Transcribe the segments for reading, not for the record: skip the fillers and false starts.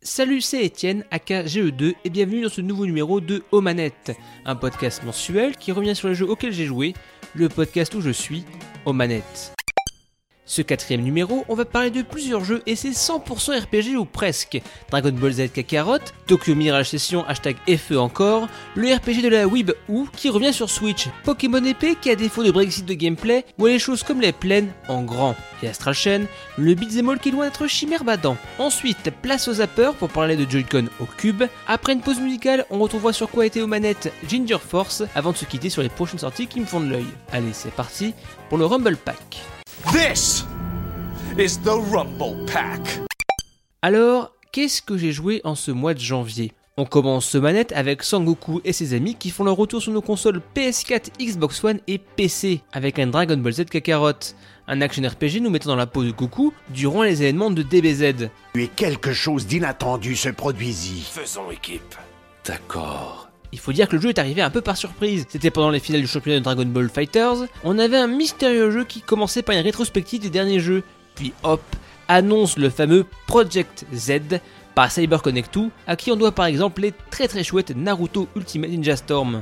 Salut, c'est Étienne, aka GE2, et bienvenue dans ce nouveau numéro de Aux Manettes, un podcast mensuel qui revient sur les jeux auxquels j'ai joué, le podcast où je suis, aux manettes. Ce 4ème numéro, on va parler de plusieurs jeux et c'est 100% RPG ou presque. Dragon Ball Z Kakarot, Tokyo Mirage Session #FE encore, le RPG de la Weeb ou qui revient sur Switch, Pokémon épée qui à défaut de Brexit de gameplay voit les choses comme les plaines en grand. Et Astral Chain, le beat'em all qui est loin d'être chimère badant. Ensuite, place aux zappers pour parler de Joy-Con au cube. Après une pause musicale, on retrouvera sur quoi était aux manettes Ginger Force avant de se quitter sur les prochaines sorties qui me font de l'œil. Allez, c'est parti pour le Rumble Pack. This is the Rumble Pack. Alors, qu'est-ce que j'ai joué en ce mois de janvier ? On commence ce manette avec Sangoku et ses amis qui font leur retour sur nos consoles PS4, Xbox One et PC avec un Dragon Ball Z Kakarot, un action RPG nous mettant dans la peau de Goku durant les événements de DBZ. Et quelque chose d'inattendu se produisit. Faisons équipe. D'accord. Il faut dire que le jeu est arrivé un peu par surprise. C'était pendant les finales du championnat de Dragon Ball FighterZ. On avait un mystérieux jeu qui commençait par une rétrospective des derniers jeux. Puis hop, annonce le fameux Project Z par CyberConnect2, à qui on doit par exemple les très chouettes Naruto Ultimate Ninja Storm.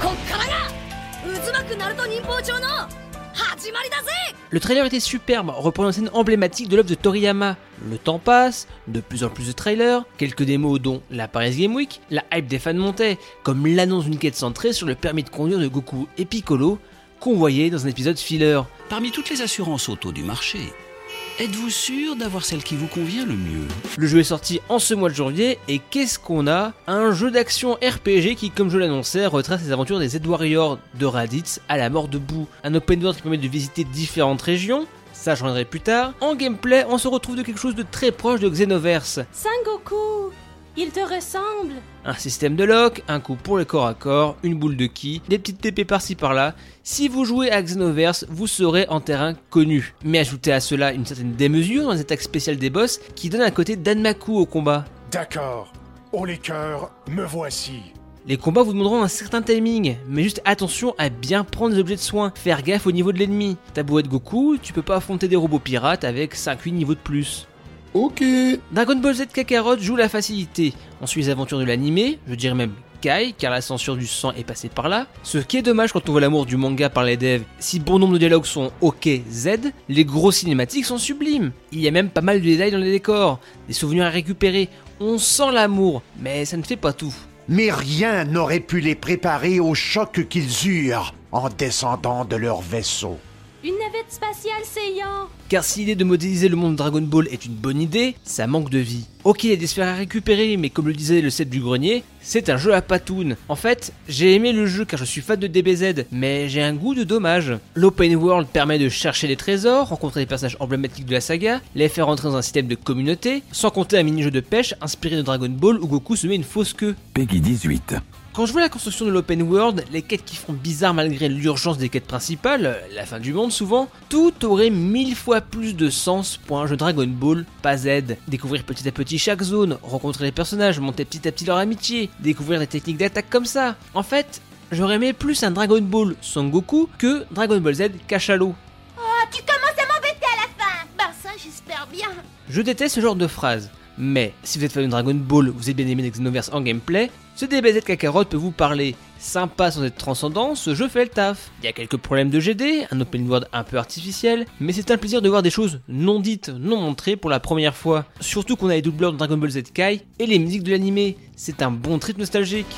Le trailer était superbe, reprenant une scène emblématique de l'œuvre de Toriyama. Le temps passe, de plus en plus de trailers, quelques démos dont la Paris Game Week, la hype des fans montait, comme l'annonce d'une quête centrée sur le permis de conduire de Goku et Piccolo, qu'on voyait dans un épisode filler. Parmi toutes les assurances auto du marché, êtes-vous sûr d'avoir celle qui vous convient le mieux ? Le jeu est sorti en ce mois de janvier, et qu'est-ce qu'on a ? Un jeu d'action RPG qui, comme je l'annonçais, retrace les aventures des Z-Warriors de Raditz à la mort debout. Un open world qui permet de visiter différentes régions, ça je reviendrai plus tard. En gameplay, on se retrouve de quelque chose de très proche de Xenoverse. Sangoku, il te ressemble. Un système de lock, un coup pour les corps à corps, une boule de ki, des petites TP par-ci par-là. Si vous jouez à Xenoverse, vous serez en terrain connu. Mais ajoutez à cela une certaine démesure dans les attaques spéciales des boss qui donne un côté Danmaku au combat. D'accord. Oh les cœurs, me voici. Les combats vous demanderont un certain timing, mais juste attention à bien prendre les objets de soin, faire gaffe au niveau de l'ennemi. T'as beau être Goku, tu peux pas affronter des robots pirates avec 5-8 niveaux de plus. Ok. Dragon Ball Z Kakarot joue la facilité. On suit les aventures de l'animé, je dirais même Kai, car la censure du sang est passée par là. Ce qui est dommage quand on voit l'amour du manga par les devs. Si bon nombre de dialogues sont ok Z, les gros cinématiques sont sublimes. Il y a même pas mal de détails dans les décors, des souvenirs à récupérer. On sent l'amour, mais ça ne fait pas tout. Mais rien n'aurait pu les préparer au choc qu'ils eurent en descendant de leur vaisseau. Une navette spatiale Saiyan. Car si l'idée de modéliser le monde Dragon Ball est une bonne idée, ça manque de vie. Ok, il y a des sphères à récupérer, mais comme le disait le set du grenier, c'est un jeu à patoun. En fait, j'ai aimé le jeu car je suis fan de DBZ, mais j'ai un goût de dommage. L'open world permet de chercher des trésors, rencontrer des personnages emblématiques de la saga, les faire entrer dans un système de communauté, sans compter un mini-jeu de pêche inspiré de Dragon Ball où Goku se met une fausse queue. Peggy 18. Quand je vois la construction de l'open world, les quêtes qui font bizarre malgré l'urgence des quêtes principales, la fin du monde souvent, tout aurait 1000 fois plus de sens pour un jeu Dragon Ball, pas Z. Découvrir petit à petit chaque zone, rencontrer les personnages, monter petit à petit leur amitié, découvrir des techniques d'attaque comme ça. En fait, j'aurais aimé plus un Dragon Ball Sangoku que Dragon Ball Z Cachalot. Oh, tu commences à m'embêter à la fin. Bah ça, j'espère bien. Je déteste ce genre de phrase. Mais si vous êtes fan de Dragon Ball, vous avez bien aimé Xenoverse en gameplay, ce DBZ Kakarot peut vous parler. Sympa sans être transcendant, ce jeu fait le taf. Il y a quelques problèmes de GD, un open world un peu artificiel, mais c'est un plaisir de voir des choses non dites, non montrées pour la première fois. Surtout qu'on a les doubleurs de Dragon Ball Z Kai et les musiques de l'animé. C'est un bon trip nostalgique.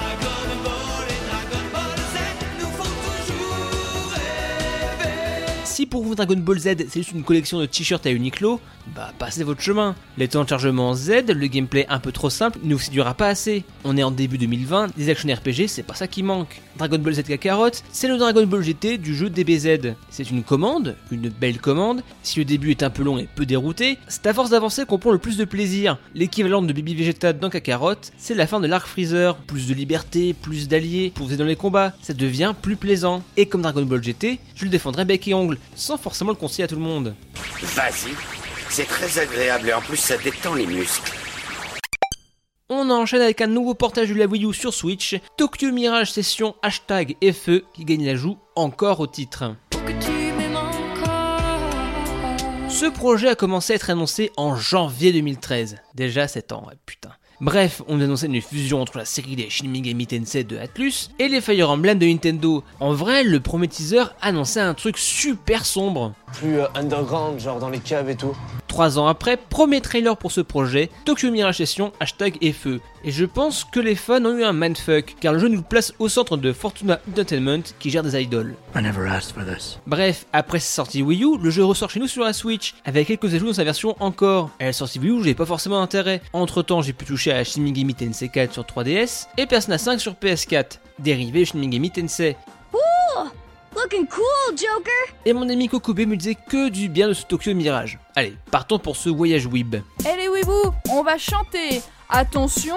Si pour vous Dragon Ball Z c'est juste une collection de t-shirts à Uniqlo, bah passez votre chemin. Les temps de chargement Z, le gameplay un peu trop simple, ne vous séduira pas assez. On est en début 2020, des action RPG c'est pas ça qui manque. Dragon Ball Z Kakarot, c'est le Dragon Ball GT du jeu DBZ. C'est une commande, une belle commande. Si le début est un peu long et peu dérouté, c'est à force d'avancer qu'on prend le plus de plaisir. L'équivalent de Baby Vegeta dans Kakarot, c'est la fin de l'arc Freezer. Plus de liberté, plus d'alliés pour vous aider dans les combats, ça devient plus plaisant. Et comme Dragon Ball GT, je le défendrai bec et ongle, sans forcément le conseiller à tout le monde. Vas-y, c'est très agréable et en plus ça détend les muscles. On enchaîne avec un nouveau portage de la Wii U sur Switch, Tokyo Mirage Session #FE qui gagne la joue encore au titre. Ce projet a commencé à être annoncé en janvier 2013. Déjà 7 ans, ouais, putain. Bref, on annonçait une fusion entre la série des Shin Megami Tensei de Atlus et les Fire Emblem de Nintendo. En vrai, le premier teaser annonçait un truc super sombre. Plus underground, genre dans les caves et tout. 3 ans après, premier trailer pour ce projet, Tokyo Mirage Session, #FE. Et je pense que les fans ont eu un mindfuck, car le jeu nous place au centre de Fortuna Entertainment qui gère des idoles. Bref, après sa sortie Wii U, le jeu ressort chez nous sur la Switch, avec quelques ajouts dans sa version encore. À la sortie Wii U, j'ai pas forcément intérêt. Entre temps, j'ai pu toucher à Shin Megami Tensei 4 sur 3DS et Persona 5 sur PS4, dérivé de Shin Megami Tensei. Looking cool, Joker! Et mon ami Kokube me disait que du bien de ce Tokyo Mirage. Allez, partons pour ce voyage Weeb. Eh les Weeboo, on va chanter. Attention.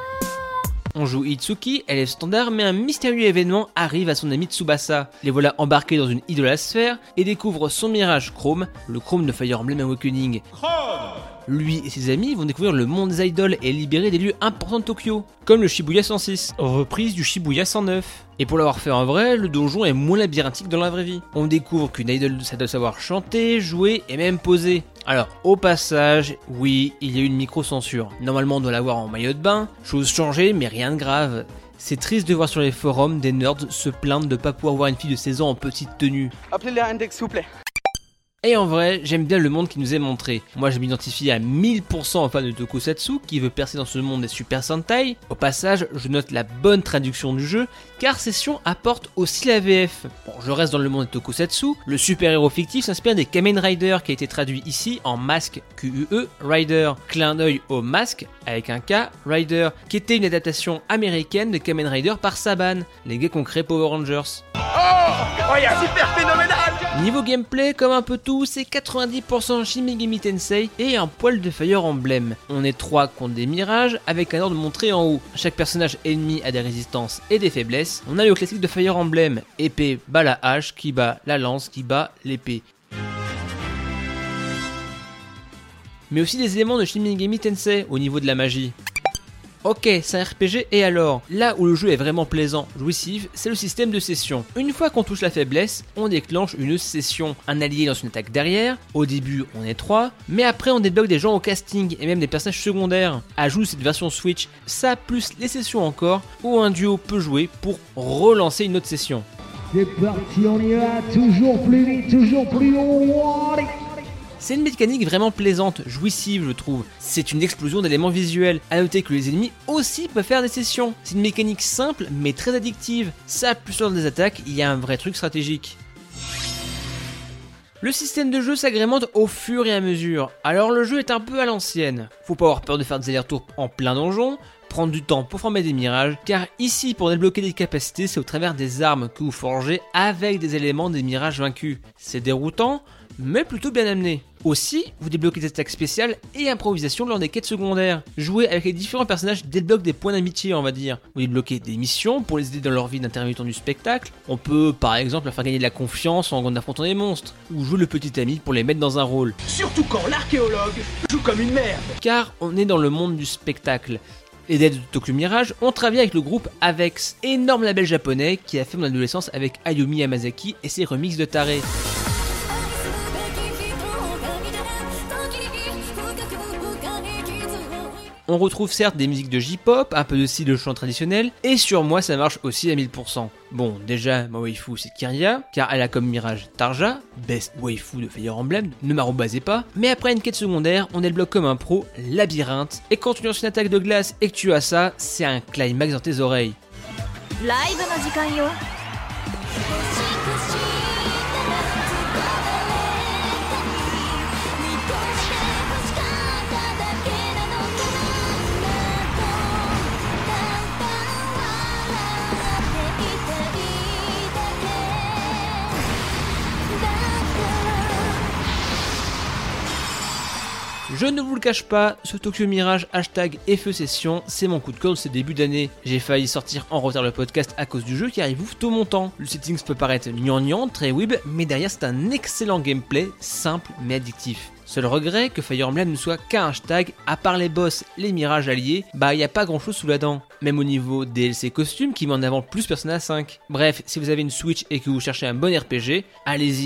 On joue Itsuki, elle est standard, mais un mystérieux événement arrive à son ami Tsubasa. Les voilà embarqués dans une idolasphère et découvrent son mirage Chrome, le Chrome de Fire Emblem Awakening. Lui et ses amis vont découvrir le monde des idoles et libérer des lieux importants de Tokyo, comme le Shibuya 106, reprise du Shibuya 109. Et pour l'avoir fait en vrai, le donjon est moins labyrinthique dans la vraie vie. On découvre qu'une idole ça doit savoir chanter, jouer et même poser. Alors, au passage, oui, il y a eu une micro-censure. Normalement on doit l'avoir en maillot de bain, chose changée mais rien de grave. C'est triste de voir sur les forums des nerds se plaindre de pas pouvoir voir une fille de 16 ans en petite tenue. Appelez les index s'il vous plaît. Et en vrai, j'aime bien le monde qui nous est montré. Moi, je m'identifie à 1000% en fan de Tokusatsu qui veut percer dans ce monde des Super Sentai. Au passage, je note la bonne traduction du jeu, car Session apporte aussi la VF. Bon, je reste dans le monde des Tokusatsu. Le super-héros fictif s'inspire des Kamen Rider qui a été traduit ici en Mask QUE Rider. Clin d'œil au Mask avec un K Rider, qui était une adaptation américaine de Kamen Rider par Saban, les gars qui ont créé Power Rangers. Oh, yeah, super phénoménal! Niveau gameplay, comme un peu tout, c'est 90% Shin Megami Tensei et un poil de Fire Emblem. On est 3 contre des mirages avec un ordre montré en haut. Chaque personnage ennemi a des résistances et des faiblesses. On a le classique de Fire Emblem, épée bat la hache, qui bat la lance, qui bat l'épée. Mais aussi des éléments de Shin Megami Tensei au niveau de la magie. Ok, c'est un RPG et alors? Là où le jeu est vraiment plaisant, jouissif, c'est le système de session. Une fois qu'on touche la faiblesse, on déclenche une session. Un allié lance une attaque derrière, au début on est 3, mais après on débloque des gens au casting et même des personnages secondaires. Ajoute cette version Switch, ça plus les sessions encore, où un duo peut jouer pour relancer une autre session. C'est parti, on y va, toujours plus vite, toujours plus haut. C'est une mécanique vraiment plaisante, jouissive je trouve. C'est une explosion d'éléments visuels. A noter que les ennemis aussi peuvent faire des sessions. C'est une mécanique simple mais très addictive. Ça, plus lors des attaques, il y a un vrai truc stratégique. Le système de jeu s'agrémente au fur et à mesure. Alors le jeu est un peu à l'ancienne. Faut pas avoir peur de faire des allers-retours en plein donjon, prendre du temps pour former des mirages, car ici pour débloquer des capacités, c'est au travers des armes que vous forgez avec des éléments des mirages vaincus. C'est déroutant, mais plutôt bien amené. Aussi, vous débloquez des attaques spéciales et improvisation lors des quêtes secondaires. Jouer avec les différents personnages débloque des points d'amitié, on va dire. Vous débloquez des missions pour les aider dans leur vie d'intermittent du spectacle. On peut par exemple leur faire gagner de la confiance en affrontant des monstres, ou jouer le petit ami pour les mettre dans un rôle. Surtout quand l'archéologue joue comme une merde. Car on est dans le monde du spectacle. Les devs de Tokyo Mirage ont travaillé avec le groupe Avex, énorme label japonais qui a fait mon adolescence avec Ayumi Yamazaki et ses remixes de taré. On retrouve certes des musiques de J-pop, un peu de style de chant traditionnel, et sur moi ça marche aussi à 1000%. Bon, déjà, ma waifu c'est Kiria, car elle a comme mirage Tarja, best waifu de Fire Emblem, ne m'arrobasez pas, mais après une quête secondaire, on débloque comme un pro, labyrinthe, et quand tu lances une attaque de glace et que tu as ça, c'est un climax dans tes oreilles. Live no jikan yo. Je ne vous le cache pas, ce Tokyo Mirage #FE Session, c'est mon coup de cœur de ce début d'année. J'ai failli sortir en retard le podcast à cause du jeu qui arrive tout mon temps. Le settings peut paraître gnangnan, très weeb, mais derrière c'est un excellent gameplay, simple mais addictif. Seul regret que Fire Emblem ne soit qu'un hashtag, à part les boss, les mirages alliés, bah y a pas grand chose sous la dent. Même au niveau DLC costumes qui met en avant plus Persona 5. Bref, si vous avez une Switch et que vous cherchez un bon RPG, allez-y.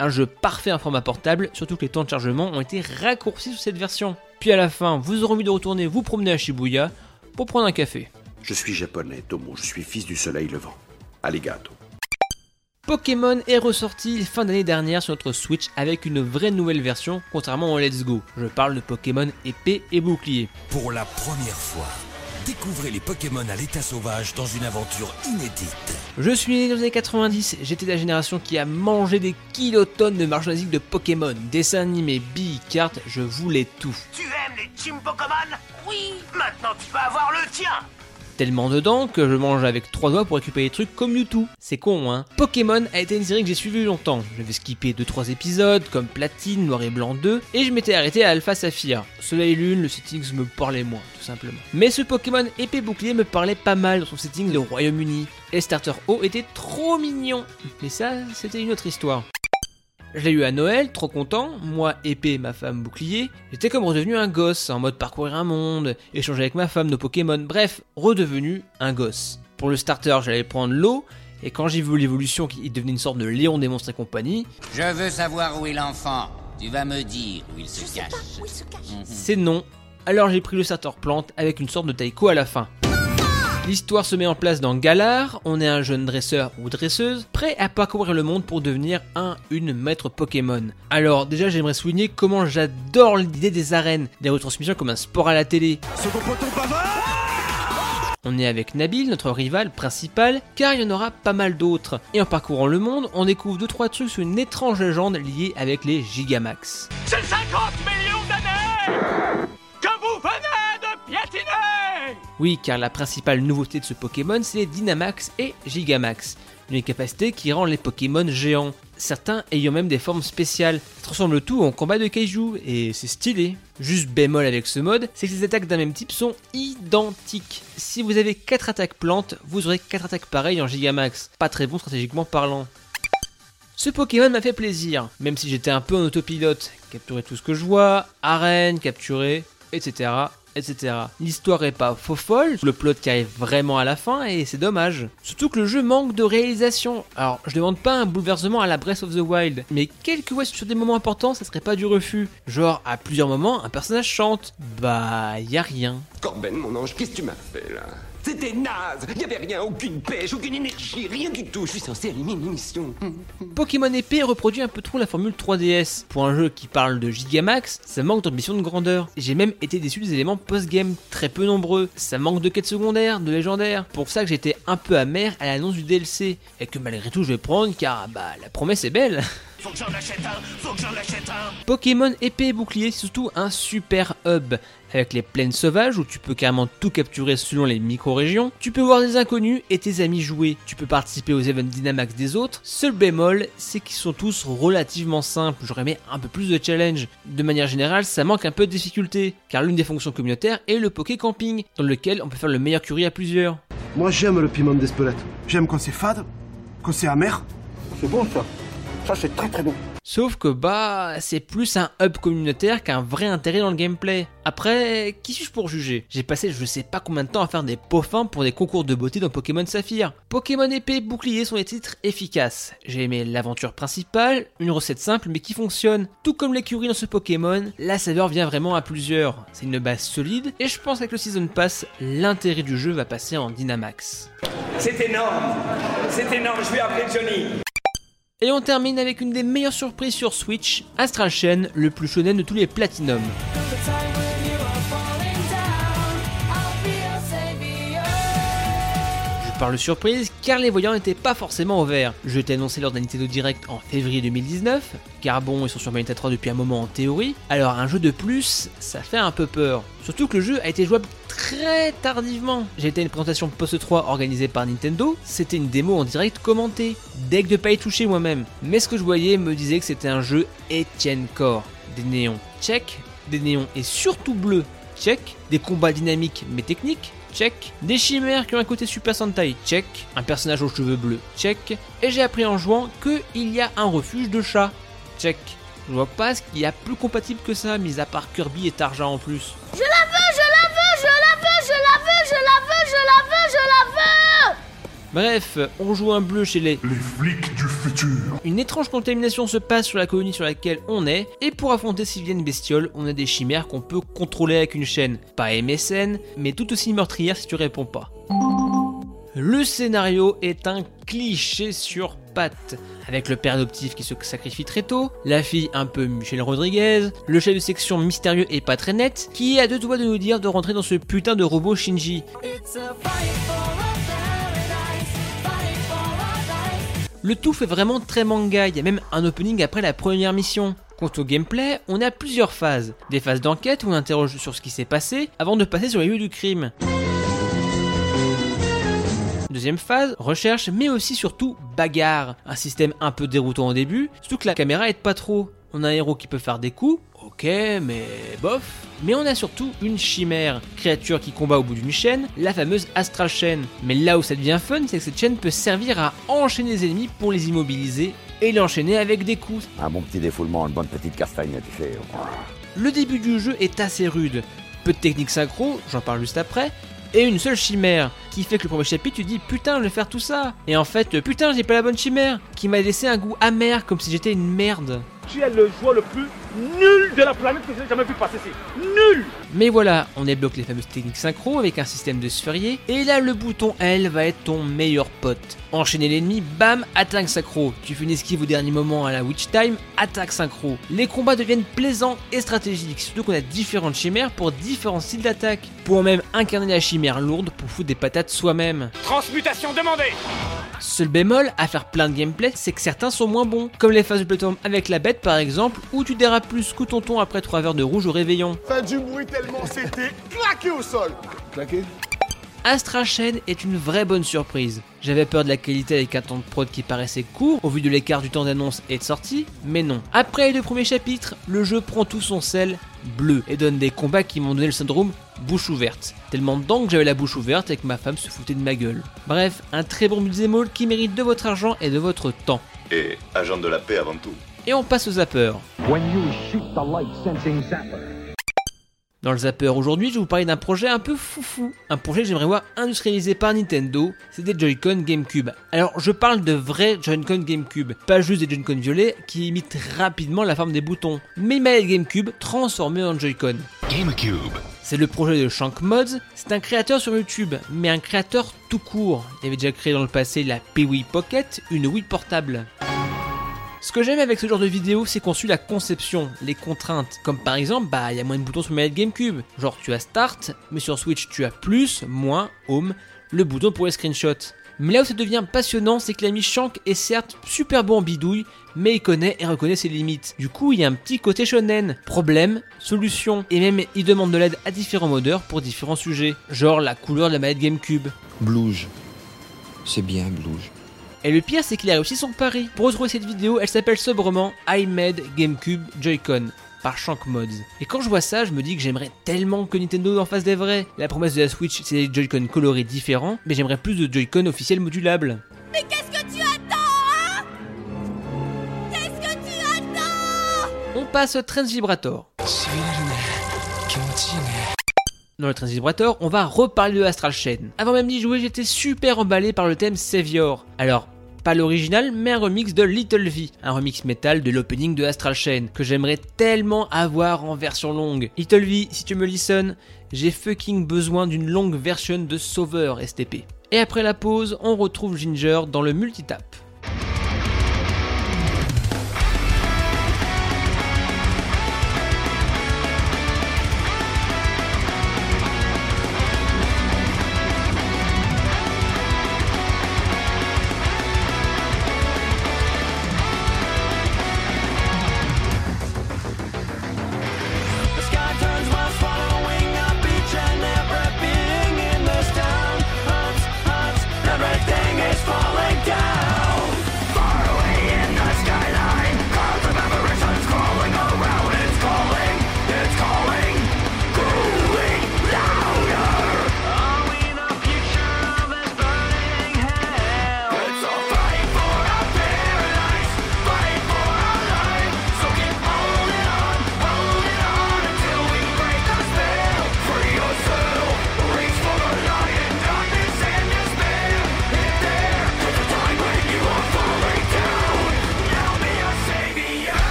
Un jeu parfait en format portable, surtout que les temps de chargement ont été raccourcis sur cette version. Puis à la fin, vous aurez envie de retourner vous promener à Shibuya pour prendre un café. Je suis japonais, Tomo, je suis fils du soleil levant. Arigato. Pokémon est ressorti fin d'année dernière sur notre Switch avec une vraie nouvelle version, contrairement au Let's Go. Je parle de Pokémon épée et bouclier. Pour la première fois, découvrez les Pokémon à l'état sauvage dans une aventure inédite. Je suis né dans les années 90, j'étais la génération qui a mangé des kilotonnes de marchandises de Pokémon, dessins animés, billes, cartes, je voulais tout. Tu aimes les Team Pokémon? Oui. Maintenant tu vas avoir le tien. Tellement dedans que je mange avec 3 doigts pour récupérer des trucs comme Mewtwo. C'est con hein. Pokémon a été une série que j'ai suivie longtemps. J'avais skippé 2-3 épisodes comme Platine, Noir et Blanc 2 et je m'étais arrêté à Alpha Saphir. Soleil et Lune, le settings me parlait moins tout simplement. Mais ce Pokémon épée bouclier me parlait pas mal dans son setting de Royaume-Uni. Et les starters hauts étaient trop mignons. Mais ça, c'était une autre histoire. Je l'ai eu à Noël, trop content, moi épée, ma femme bouclier, j'étais comme redevenu un gosse, en mode parcourir un monde, échanger avec ma femme nos Pokémon, bref, redevenu un gosse. Pour le starter, j'allais prendre l'eau, et quand j'ai vu l'évolution qui devenait une sorte de Léon des monstres et compagnie... Je veux savoir où est l'enfant, tu vas me dire où il se cache. C'est non, alors j'ai pris le starter plante avec une sorte de taiko à la fin. L'histoire se met en place dans Galar, on est un jeune dresseur ou dresseuse, prêt à parcourir le monde pour devenir une maître Pokémon. Alors déjà j'aimerais souligner comment j'adore l'idée des arènes, des retransmissions comme un sport à la télé. On est avec Nabil, notre rival principal, car il y en aura pas mal d'autres. Et en parcourant le monde, on découvre 2-3 trucs sur une étrange légende liée avec les Gigamax. C'est 50 millions d'années que vous venez de piétiner. Oui, car la principale nouveauté de ce Pokémon, c'est les Dynamax et Gigamax, une capacité qui rend les Pokémon géants, certains ayant même des formes spéciales. Ça transforme le tout en combat de kaiju, et c'est stylé. Juste bémol avec ce mode, c'est que les attaques d'un même type sont identiques. Si vous avez 4 attaques plantes, vous aurez 4 attaques pareilles en Gigamax, pas très bon stratégiquement parlant. Ce Pokémon m'a fait plaisir, même si j'étais un peu en autopilote, capturer tout ce que je vois, arène, capturer, etc. etc. L'histoire est pas faux folle, le plot qui arrive vraiment à la fin et c'est dommage. Surtout que le jeu manque de réalisation. Alors je demande pas un bouleversement à la Breath of the Wild, mais quelques voix sur des moments importants ça serait pas du refus. Genre à plusieurs moments un personnage chante, bah y a rien. Corben mon ange, qu'est-ce que tu m'as fait là? C'était naze, y'avait rien, aucune pêche, aucune énergie, rien du tout, je suis censé allumer une émission. Pokémon épée reproduit un peu trop la formule 3DS. Pour un jeu qui parle de Gigamax, ça manque d'ambition de grandeur. J'ai même été déçu des éléments post-game, très peu nombreux. Ça manque de quêtes secondaires, de légendaires. Pour ça que j'étais un peu amer à l'annonce du DLC. Et que malgré tout je vais prendre car bah la promesse est belle. Faut que j'en achète un, faut que j'en achète un. Pokémon épée et bouclier, c'est surtout un super hub. Avec les plaines sauvages où tu peux carrément tout capturer selon les micro-régions. Tu peux voir des inconnus et tes amis jouer. Tu peux participer aux events Dynamax des autres. Seul bémol, c'est qu'ils sont tous relativement simples. J'aurais aimé un peu plus de challenge. De manière générale, ça manque un peu de difficulté. Car l'une des fonctions communautaires est le Poké Camping, dans lequel on peut faire le meilleur curry à plusieurs. Moi j'aime le piment d'Espelette. J'aime quand c'est fade, quand c'est amer. C'est bon ça. Ça c'est très très bon. Sauf que bah c'est plus un hub communautaire qu'un vrai intérêt dans le gameplay. Après, qui suis-je pour juger? J'ai passé je sais pas combien de temps à faire des pots fins pour des concours de beauté dans Pokémon Saphir. Pokémon épée et bouclier sont des titres efficaces. J'ai aimé l'aventure principale, une recette simple mais qui fonctionne. Tout comme l'écurie dans ce Pokémon, la saveur vient vraiment à plusieurs. C'est une base solide et je pense qu'avec le Season Pass, l'intérêt du jeu va passer en Dynamax. C'est énorme, je vais appeler Johnny. Et on termine avec une des meilleures surprises sur Switch, Astral Chain, le plus shonen de tous les Platinum. Je parle de surprise car les voyants n'étaient pas forcément au vert. Le jeu était annoncé lors d'un Nintendo Direct en février 2019, car bon, ils sont sur Bayonetta 3 depuis un moment en théorie, alors un jeu de plus, ça fait un peu peur. Surtout que le jeu a été jouable très tardivement. J'ai été à une présentation post-3 organisée par Nintendo, c'était une démo en direct commentée, dès que de pas y toucher moi-même. Mais ce que je voyais me disait que c'était un jeu Etienne Core. Des néons, check, des néons et surtout bleus, check, des combats dynamiques mais techniques, check, des chimères qui ont un côté Super Sentai, check, un personnage aux cheveux bleus, check, et j'ai appris en jouant qu'il y a un refuge de chats, check. Je vois pas ce qu'il y a plus compatible que ça, mis à part Kirby et Tarja en plus. Je la veux, je la veux, je la veux, je la veux, je la veux, je la veux, je la veux. Bref, on joue un bleu chez les flics du futur. Une étrange contamination se passe sur la colonie sur laquelle on est, et pour affronter ces vilaines bestioles, on a des chimères qu'on peut contrôler avec une chaîne. Pas MSN, mais tout aussi meurtrière si tu réponds pas. Le scénario est un cliché sur pattes, avec le père adoptif qui se sacrifie très tôt, la fille un peu Michelle Rodriguez, le chef de section mystérieux et pas très net, qui est à deux doigts de nous dire de rentrer dans ce putain de robot Shinji. Le tout fait vraiment très manga, il y a même un opening après la première mission. Quant au gameplay, on a plusieurs phases. Des phases d'enquête où on interroge sur ce qui s'est passé avant de passer sur les lieux du crime. Deuxième phase, recherche, mais aussi surtout bagarre. Un système un peu déroutant au début, surtout que la caméra aide pas trop. On a un héros qui peut faire des coups, ok, mais bof. Mais on a surtout une chimère, créature qui combat au bout d'une chaîne, la fameuse Astral Chain. Mais là où ça devient fun, c'est que cette chaîne peut servir à enchaîner les ennemis pour les immobiliser et l'enchaîner avec des coups. Un bon petit défoulement, une bonne petite castagne, tu sais. Le début du jeu est assez rude. Peu de technique synchro, j'en parle juste après, et une seule chimère, qui fait que le premier chapitre tu dis putain je vais faire tout ça, et en fait putain j'ai pas la bonne chimère, qui m'a laissé un goût amer comme si j'étais une merde. Tu es le joueur le plus nul de la planète que j'ai jamais vu passer ici. Nul! Mais voilà, on débloque les fameuses techniques synchro avec un système de sphérié, et là le bouton L va être ton meilleur pote. Enchaîner l'ennemi, bam, attaque synchro. Tu fais une esquive au dernier moment à la Witch Time, attaque synchro. Les combats deviennent plaisants et stratégiques, surtout qu'on a différentes chimères pour différents styles d'attaque. Pour même incarner la chimère lourde pour foutre des patates soi-même. Transmutation demandée! Seul bémol à faire plein de gameplay, c'est que certains sont moins bons, comme les phases de plateforme avec la bête par exemple, où tu dérapes plus qu'au tonton après 3 verres de rouge au réveillon. Fait du bruit tellement c'était claqué au sol. Claqué? Astral Chain est une vraie bonne surprise. J'avais peur de la qualité avec un temps de prod qui paraissait court au vu de l'écart du temps d'annonce et de sortie, mais non. Après les 2 premiers chapitres, le jeu prend tout son sel bleu et donne des combats qui m'ont donné le syndrome bouche ouverte. Tellement dedans que j'avais la bouche ouverte et que ma femme se foutait de ma gueule. Bref, un très bon beat'em all qui mérite de votre argent et de votre temps. Et agent de la paix avant tout. Et on passe au zapper. Dans le zapper aujourd'hui, je vais vous parler d'un projet un peu foufou. Un projet que j'aimerais voir industrialisé par Nintendo, c'est des Joy-Con GameCube. Alors je parle de vrais Joy-Con GameCube, pas juste des Joy-Con violets qui imitent rapidement la forme des boutons, mais une manette GameCube transformée en Joy-Con. GameCube. C'est le projet de Shank Mods, c'est un créateur sur YouTube, mais un créateur tout court. Il avait déjà créé dans le passé la Wii Pocket, une Wii portable. Ce que j'aime avec ce genre de vidéo, c'est qu'on suit la conception, les contraintes. Comme par exemple, il y a moins de boutons sur manette GameCube. Genre tu as Start, mais sur Switch tu as plus, moins, Home, le bouton pour les screenshots. Mais là où ça devient passionnant, c'est que l'ami Shank est certes super bon en bidouille, mais il connaît et reconnaît ses limites. Du coup, il y a un petit côté shonen. Problème, solution, et même il demande de l'aide à différents modeurs pour différents sujets. Genre la couleur de la manette GameCube. Blouge. C'est bien, Blouge. Et le pire, c'est qu'il a réussi son pari. Pour retrouver cette vidéo, elle s'appelle sobrement I Made GameCube Joy-Con par Shank Mods. Et quand je vois ça, je me dis que j'aimerais tellement que Nintendo en fasse des vrais. La promesse de la Switch, c'est des Joy-Con colorés différents, mais j'aimerais plus de Joy-Con officiels modulables. Mais qu'est-ce que tu attends, hein? Qu'est-ce que tu attends? On passe au Trans Vibrator. Dans le Trans Vibrator, on va reparler de Astral Chain. Avant même d'y jouer, j'étais super emballé par le thème Savior. Alors, pas l'original, mais un remix de Little V, un remix métal de l'opening de Astral Chain, que j'aimerais tellement avoir en version longue. Little V, si tu me listen, j'ai fucking besoin d'une longue version de Sauveur STP. Et après la pause, on retrouve Ginger dans le multitap. Everything is falling down.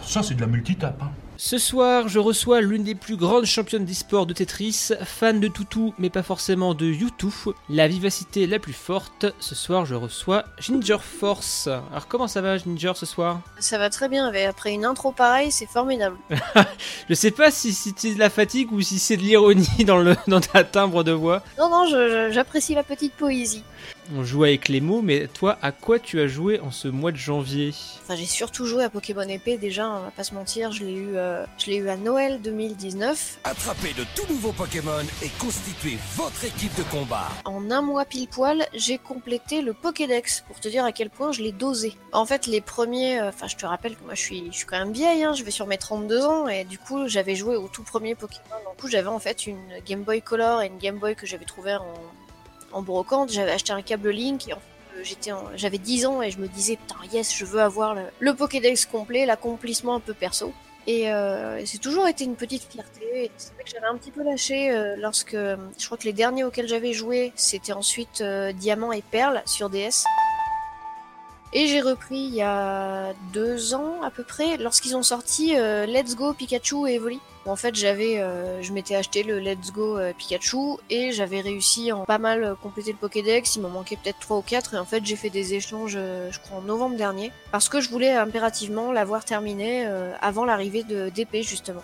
Ça, c'est de la multitape. Hein. Ce soir, je reçois l'une des plus grandes championnes d'e-sport de Tetris, fan de toutou, mais pas forcément de Mewtwo, la vivacité la plus forte. Ce soir, je reçois Ginger Force. Alors, comment ça va, Ginger, ce soir ? Ça va très bien, mais après une intro pareille, c'est formidable. Je sais pas si c'est de la fatigue ou si c'est de l'ironie dans ta timbre de voix. Non, j'apprécie la petite poésie. On joue avec les mots, mais toi, à quoi tu as joué en ce mois de janvier ? Enfin, j'ai surtout joué à Pokémon Épée, déjà, on va pas se mentir, je l'ai eu à Noël 2019. Attrapez de tout nouveaux Pokémon et constituez votre équipe de combat. En un mois pile poil, j'ai complété le Pokédex, pour te dire à quel point je l'ai dosé. En fait, les premiers, je te rappelle que moi je suis quand même vieille, hein, je vais sur mes 32 ans, et du coup, j'avais joué au tout premier Pokémon. Du coup, j'avais en fait une Game Boy Color et une Game Boy que j'avais trouvée en brocante. J'avais acheté un câble Link et en fait, j'avais 10 ans et je me disais putain yes, je veux avoir le Pokédex complet, l'accomplissement un peu perso. Et c'est toujours été une petite fierté. Et c'est vrai que j'avais un petit peu lâché lorsque je crois que les derniers auxquels j'avais joué c'était ensuite Diamant et Perle sur DS. Et j'ai repris il y a 2 ans à peu près lorsqu'ils ont sorti Let's Go Pikachu et Evoli. En fait, je m'étais acheté le Let's Go Pikachu et j'avais réussi en pas mal compléter le Pokédex. Il m'en manquait peut-être 3 ou 4 et en fait j'ai fait des échanges, je crois en novembre dernier, parce que je voulais impérativement l'avoir terminé avant l'arrivée d'épée justement.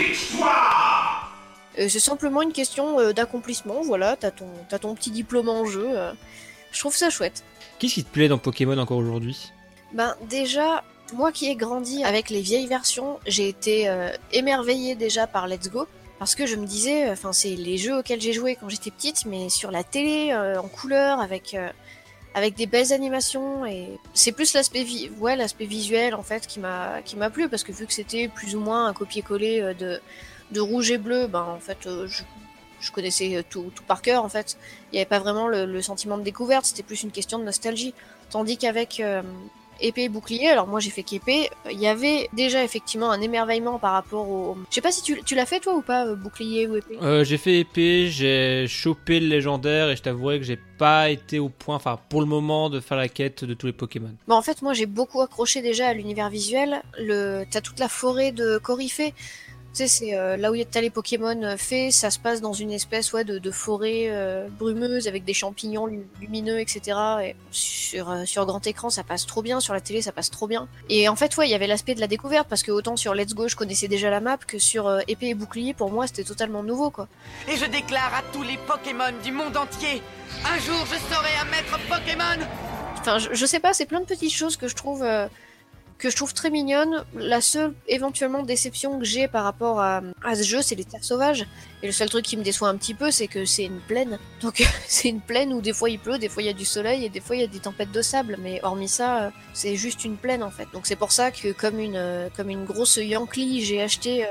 C'est simplement une question d'accomplissement. Voilà, t'as ton petit diplôme en jeu. Je trouve ça chouette. Qu'est-ce qui te plaît dans Pokémon encore aujourd'hui ? Ben déjà, moi qui ai grandi avec les vieilles versions, j'ai été émerveillée déjà par Let's Go, parce que je me disais, c'est les jeux auxquels j'ai joué quand j'étais petite, mais sur la télé, en couleur, avec des belles animations, et c'est plus l'aspect visuel en fait qui m'a plu, parce que vu que c'était plus ou moins un copier-coller de Rouge et Bleu, ben en fait je connaissais tout par cœur en fait. Il n'y avait pas vraiment le sentiment de découverte, c'était plus une question de nostalgie. Tandis qu'avec Épée et Bouclier, alors moi j'ai fait qu'Épée, il y avait déjà effectivement un émerveillement par rapport au... Je sais pas si tu l'as fait toi ou pas, Bouclier ou Épée ? J'ai fait Épée, j'ai chopé le légendaire et je t'avouerai que j'ai pas été au point, pour le moment, de faire la quête de tous les Pokémon. Bon en fait moi j'ai beaucoup accroché déjà à l'univers visuel, t'as toute la forêt de Coryphée. Tu sais, c'est là où t'as les Pokémon faits, ça se passe dans une espèce de forêt brumeuse avec des champignons lumineux, etc. Et sur grand écran, ça passe trop bien, sur la télé, ça passe trop bien. Et en fait, il y avait l'aspect de la découverte, parce que autant sur Let's Go, je connaissais déjà la map, que sur Épée et Bouclier, pour moi, c'était totalement nouveau, quoi. Et je déclare à tous les Pokémon du monde entier, un jour je serai un maître Pokémon. Enfin, je sais pas, c'est plein de petites choses que je trouve très mignonne. La seule éventuellement déception que j'ai par rapport à ce jeu, c'est les terres sauvages. Et le seul truc qui me déçoit un petit peu, c'est que c'est une plaine. Donc c'est une plaine où des fois il pleut, des fois il y a du soleil et des fois il y a des tempêtes de sable. Mais hormis ça, c'est juste une plaine en fait. Donc c'est pour ça que comme une grosse Yankee, j'ai acheté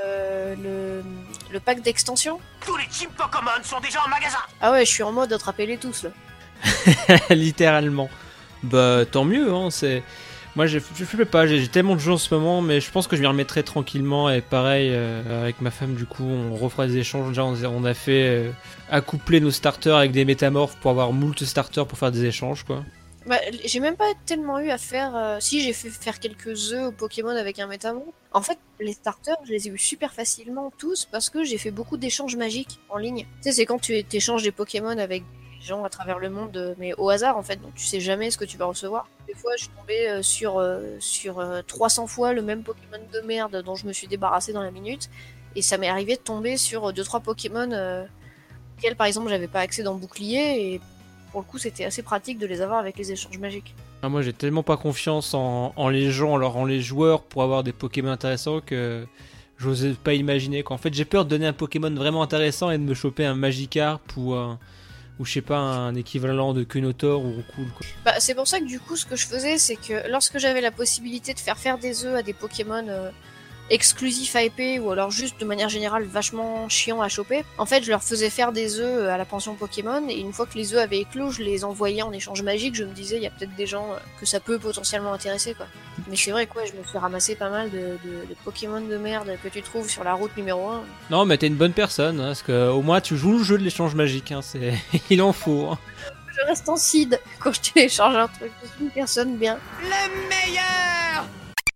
le pack d'extension. Tous les Team Pokémon sont déjà en magasin. Ah ouais, je suis en mode attrapez-les tous là. Littéralement. Bah tant mieux, hein, c'est... Moi je fais pas, j'ai tellement de jeux en ce moment, mais je pense que je m'y remettrai tranquillement. Et pareil, avec ma femme du coup, on refera des échanges. Déjà on a fait accoupler nos starters avec des métamorphes pour avoir moult starters pour faire des échanges quoi. Bah, j'ai même pas tellement eu à faire... Si, j'ai fait faire quelques œufs au Pokémon avec un métamorphe. En fait, les starters, je les ai eu super facilement tous, parce que j'ai fait beaucoup d'échanges magiques en ligne. Tu sais, c'est quand tu échanges des Pokémon avec des gens à travers le monde, mais au hasard en fait, donc tu sais jamais ce que tu vas recevoir. Des fois, je suis tombée sur 300 fois le même Pokémon de merde dont je me suis débarrassée dans la minute, et ça m'est arrivé de tomber sur 2-3 Pokémon auxquels par exemple j'avais pas accès dans Bouclier, et pour le coup c'était assez pratique de les avoir avec les échanges magiques. Ah, moi j'ai tellement pas confiance en les gens, alors en les joueurs pour avoir des Pokémon intéressants que j'osais pas imaginer quoi. En fait j'ai peur de donner un Pokémon vraiment intéressant et de me choper un Magikarp ou je sais pas, un équivalent de Kunotor ou cool quoi. Bah c'est pour ça que du coup ce que je faisais, c'est que lorsque j'avais la possibilité de faire des œufs à des Pokémon exclusifs à épée, ou alors juste de manière générale vachement chiant à choper, en fait je leur faisais faire des œufs à la pension Pokémon, et une fois que les œufs avaient éclos, je les envoyais en échange magique. Je me disais il y a peut-être des gens que ça peut potentiellement intéresser quoi. Mais c'est vrai quoi, je me suis ramassé pas mal de Pokémon de merde que tu trouves sur la route numéro 1. Non mais t'es une bonne personne, hein, parce que au moins tu joues le jeu de l'échange magique, hein, c'est... il en faut. Hein. Je reste en seed quand je télécharge un truc, je suis une personne bien. Le meilleur.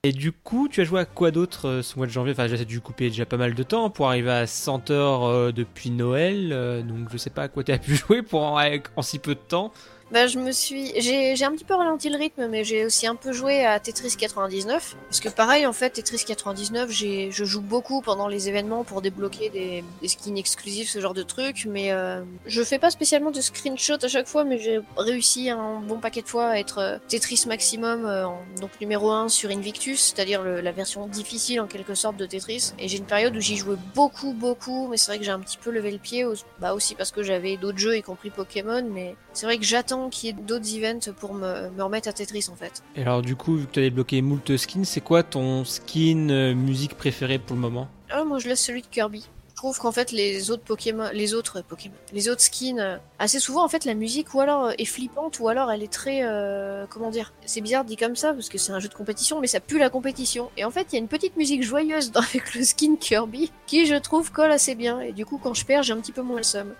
Et du coup, tu as joué à quoi d'autre ce mois de janvier? Enfin, j'ai dû couper déjà pas mal de temps pour arriver à 100 heures depuis Noël, donc je sais pas à quoi tu as pu jouer en si peu de temps. Bah, j'ai un petit peu ralenti le rythme, mais j'ai aussi un peu joué à Tetris 99. Parce que pareil, en fait, Tetris 99, je joue beaucoup pendant les événements pour débloquer des skins exclusifs, ce genre de trucs. Mais je fais pas spécialement de screenshot à chaque fois, mais j'ai réussi un bon paquet de fois à être Tetris maximum, donc numéro 1 sur Invictus, c'est-à-dire la version difficile en quelque sorte de Tetris. Et j'ai une période où j'y jouais beaucoup, mais c'est vrai que j'ai un petit peu levé le pied, aussi parce que j'avais d'autres jeux, y compris Pokémon, mais c'est vrai que j'attends qu'il y ait d'autres events pour me remettre à Tetris en fait. Et alors du coup, vu que tu as débloqué moult skins, c'est quoi ton skin musique préféré pour le moment? Moi je laisse celui de Kirby. Je trouve qu'en fait les autres skins, assez souvent en fait la musique ou alors est flippante ou alors elle est très, comment dire, c'est bizarre dit comme ça parce que c'est un jeu de compétition mais ça pue la compétition. Et en fait il y a une petite musique joyeuse avec le skin Kirby qui je trouve colle assez bien et du coup quand je perds j'ai un petit peu moins le seum.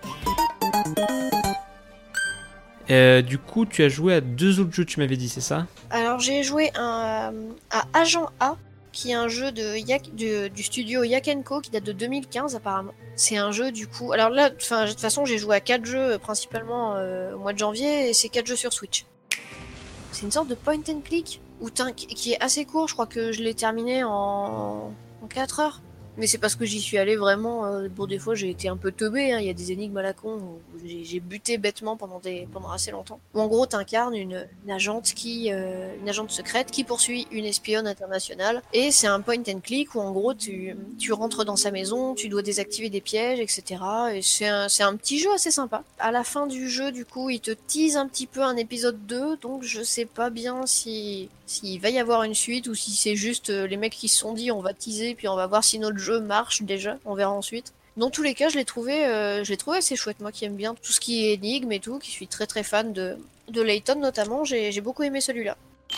Du coup, tu as joué à 2 autres jeux, tu m'avais dit, c'est ça? Alors, j'ai joué à Agent A, qui est un jeu du studio Yak & Co, qui date de 2015 apparemment. C'est un jeu du coup... Alors là, de toute façon, j'ai joué à 4 jeux principalement au mois de janvier, et c'est 4 jeux sur Switch. C'est une sorte de point and click qui est assez court, je crois que je l'ai terminé en 4 heures. Mais c'est parce que j'y suis allé vraiment, bon des fois j'ai été un peu teubé, il y a des énigmes à la con où j'ai buté bêtement pendant assez longtemps. Où en gros t'incarnes une agente secrète qui poursuit une espionne internationale et c'est un point and click où en gros tu rentres dans sa maison, tu dois désactiver des pièges, etc. Et c'est un petit jeu assez sympa. À la fin du jeu du coup il te tease un petit peu un épisode 2, donc je sais pas bien s'il va y avoir une suite ou si c'est juste les mecs qui se sont dit on va teaser puis on va voir si notre jeu marche déjà, on verra ensuite. Dans tous les cas, je l'ai trouvé assez chouette, moi qui aime bien tout ce qui est énigme et tout, qui suis très très fan de Layton notamment, j'ai beaucoup aimé celui-là.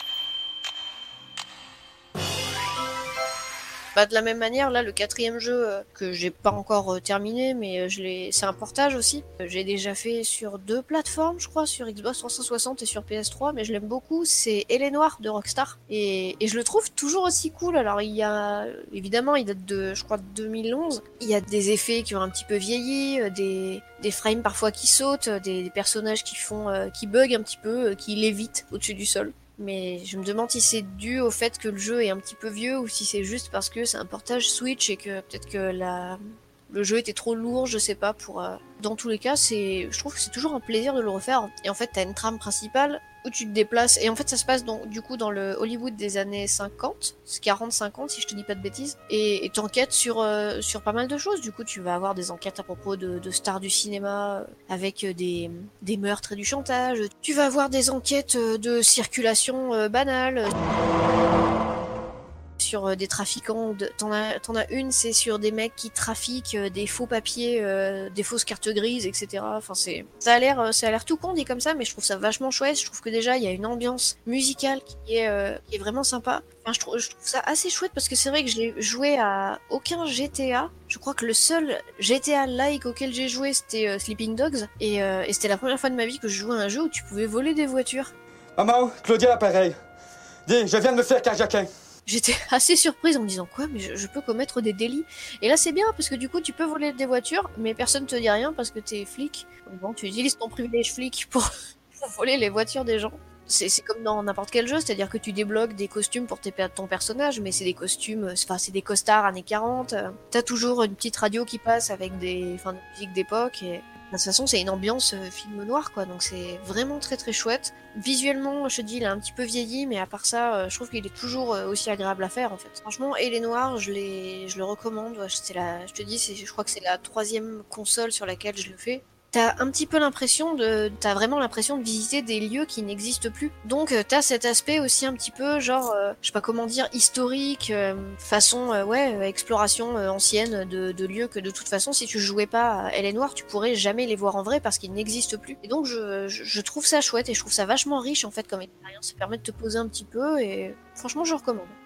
De la même manière, là, le 4e jeu que j'ai pas encore terminé, mais c'est un portage aussi. J'ai déjà fait sur 2 plateformes, je crois, sur Xbox 360 et sur PS3, mais je l'aime beaucoup. C'est Eleanor de Rockstar. Et je le trouve toujours aussi cool. Alors, évidemment, il date de, je crois, 2011. Il y a des effets qui ont un petit peu vieilli, des frames parfois qui sautent, des personnages qui bug un petit peu, qui lévitent au-dessus du sol. Mais je me demande si c'est dû au fait que le jeu est un petit peu vieux ou si c'est juste parce que c'est un portage Switch et que peut-être que le jeu était trop lourd, je sais pas. Dans tous les cas, je trouve que c'est toujours un plaisir de le refaire. Et en fait, t'as une trame principale où tu te déplaces. Et en fait, ça se passe du coup dans le Hollywood des années 50, 40-50 si je te dis pas de bêtises. Et t'enquêtes sur pas mal de choses. Du coup, tu vas avoir des enquêtes à propos de stars du cinéma avec des meurtres et du chantage. Tu vas avoir des enquêtes de circulation banale. Sur des trafiquants, t'en as une, c'est sur des mecs qui trafiquent des faux papiers, des fausses cartes grises, etc. Enfin, ça a l'air tout con dit comme ça, mais je trouve ça vachement chouette. Je trouve que déjà il y a une ambiance musicale qui est vraiment sympa. Enfin, je trouve ça assez chouette parce que c'est vrai que je l'ai joué à aucun GTA. Je crois que le seul GTA-like auquel j'ai joué c'était Sleeping Dogs et c'était la première fois de ma vie que je jouais à un jeu où tu pouvais voler des voitures. Maman, Claudia l'appareil. Dis, je viens de me faire carjacker. J'étais assez surprise en me disant quoi, mais je peux commettre des délits. Et là c'est bien parce que du coup tu peux voler des voitures, mais personne te dit rien parce que t'es flic. Bon, tu utilises ton privilège flic pour voler les voitures des gens. C'est comme dans n'importe quel jeu, c'est-à-dire que tu débloques des costumes pour ton personnage, mais c'est des costumes, c'est des costards années 40. T'as toujours une petite radio qui passe avec des musiques d'époque et... De toute façon, c'est une ambiance film noir, quoi, donc c'est vraiment très très chouette. Visuellement, je te dis, il a un petit peu vieilli, mais à part ça, je trouve qu'il est toujours aussi agréable à faire, en fait. Franchement, Eleanor, je le recommande. Je te dis, je crois que c'est la 3e console sur laquelle je le fais. T'as vraiment l'impression de visiter des lieux qui n'existent plus. Donc t'as cet aspect aussi un petit peu genre, je sais pas comment dire, historique, façon exploration ancienne de lieux que de toute façon si tu jouais pas à Eleanor tu pourrais jamais les voir en vrai parce qu'ils n'existent plus. Et donc je trouve ça chouette et je trouve ça vachement riche en fait comme expérience. Ça permet de te poser un petit peu et franchement je recommande.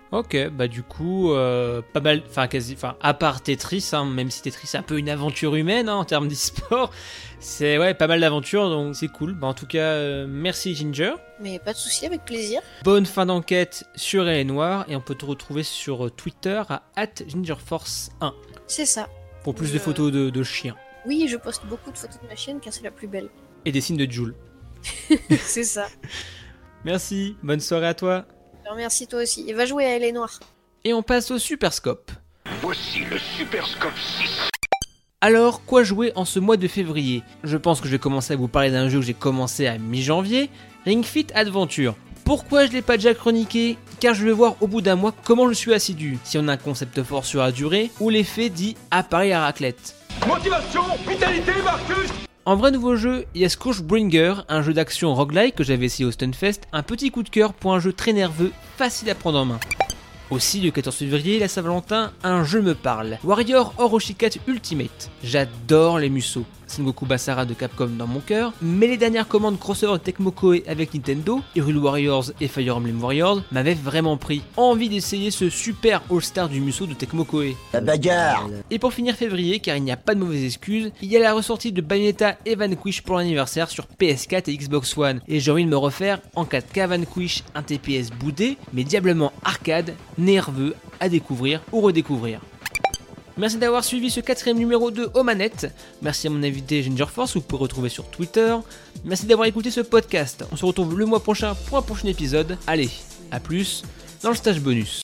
Ok, bah du coup, pas mal, à part Tetris, hein, même si Tetris c'est un peu une aventure humaine en termes d'e-sport, c'est pas mal d'aventures, donc c'est cool. Bah en tout cas, merci Ginger. Mais pas de souci, avec plaisir. Bonne fin d'enquête sur Elle est Noire, et on peut te retrouver sur Twitter à @GingerForce1. C'est ça. Pour plus de photos de chiens. Oui, je poste beaucoup de photos de ma chienne car c'est la plus belle. Et des signes de Joule. C'est ça. Merci, bonne soirée à toi. Merci toi aussi. Et va jouer à Elle est Noire. Et on passe au Superscope. Voici le Superscope 6. Alors, quoi jouer en ce mois de février ? Je pense que je vais commencer à vous parler d'un jeu que j'ai commencé à mi-janvier, Ring Fit Adventure. Pourquoi je l'ai pas déjà chroniqué ? Car je vais voir au bout d'un mois comment je suis assidu, si on a un concept fort sur la durée, ou l'effet dit appareil à raclette. Motivation, vitalité, Marcus. En vrai nouveau jeu, il y a Scourgebringer, un jeu d'action roguelike que j'avais essayé au Stunfest, un petit coup de cœur pour un jeu très nerveux, facile à prendre en main. Aussi, le 14 février, la Saint-Valentin, un jeu me parle. Warrior Orochikat Ultimate. J'adore les Musou. Sengoku Basara de Capcom dans mon cœur, mais les dernières commandes crossover de Tecmo Koei avec Nintendo, Hyrule Warriors et Fire Emblem Warriors, m'avaient vraiment pris. Envie d'essayer ce super All-Star du Musou de Tecmo Koei. La bagarre. Et pour finir février, car il n'y a pas de mauvaise excuse, il y a la ressortie de Bayonetta et Vanquish pour l'anniversaire sur PS4 et Xbox One, et j'ai envie de me refaire en 4K Vanquish, un TPS boudé, mais diablement arcade, nerveux, à découvrir ou redécouvrir. Merci d'avoir suivi ce 4ème numéro de Aux Manettes. Merci à mon invité Ginger Force, que vous pouvez retrouver sur Twitter. Merci d'avoir écouté ce podcast. On se retrouve le mois prochain pour un prochain épisode. Allez, à plus dans le stage bonus.